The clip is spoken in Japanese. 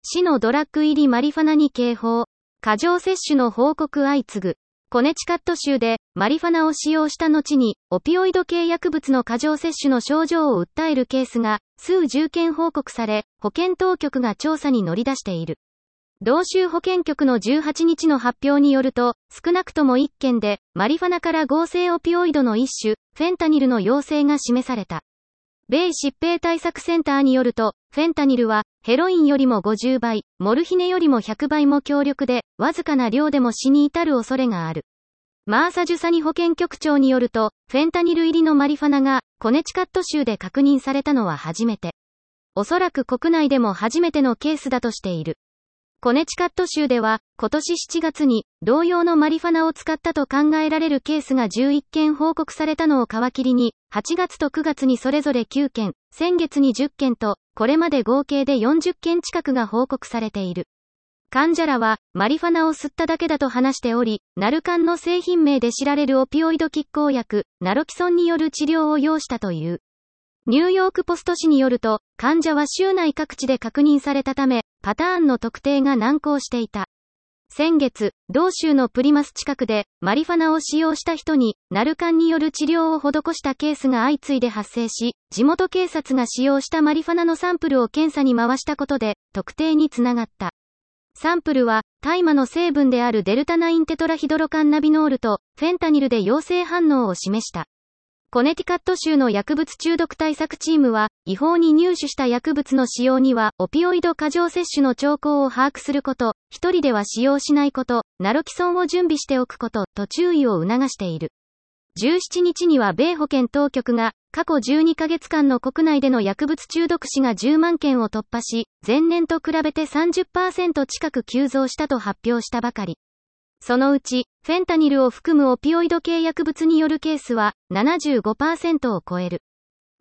市のドラッグ入りマリファナに警報。過剰摂取の報告相次ぐ。コネチカット州でマリファナを使用した後にオピオイド系薬物の過剰摂取の症状を訴えるケースが数十件報告され、保健当局が調査に乗り出している。同州保健局の18日の発表によると、少なくとも1件でマリファナから合成オピオイドの一種、フェンタニルの陽性が示された。米疾病対策センターによると、フェンタニルはヘロインよりも50倍、モルヒネよりも100倍も強力で、わずかな量でも死に至る恐れがある。マーサ・ジュサニ保健局長によると、フェンタニル入りのマリファナがコネチカット州で確認されたのは初めて。おそらく国内でも初めてのケースだとしている。コネチカット州では、今年7月に同様のマリファナを使ったと考えられるケースが11件報告されたのを皮切りに、8月と9月にそれぞれ9件、先月に10件と、これまで合計で40件近くが報告されている。患者らは、マリファナを吸っただけだと話しており、ナルカンの製品名で知られるオピオイド拮抗薬、ナロキソンによる治療を要したという。ニューヨークポスト紙によると、患者は州内各地で確認されたため、パターンの特定が難航していた。先月、同州のプリマス近くで、マリファナを使用した人に、ナルカンによる治療を施したケースが相次いで発生し、地元警察が使用したマリファナのサンプルを検査に回したことで、特定につながった。サンプルは、大麻の成分であるデルタナインテトラヒドロカンナビノールと、フェンタニルで陽性反応を示した。コネティカット州の薬物中毒対策チームは、違法に入手した薬物の使用には、オピオイド過剰摂取の兆候を把握すること、一人では使用しないこと、ナロキソンを準備しておくこと、と注意を促している。17日には米保健当局が、過去12ヶ月間の国内での薬物中毒死が10万件を突破し、前年と比べて 30% 近く急増したと発表したばかり。そのうち、フェンタニルを含むオピオイド系薬物によるケースは 75% を超える。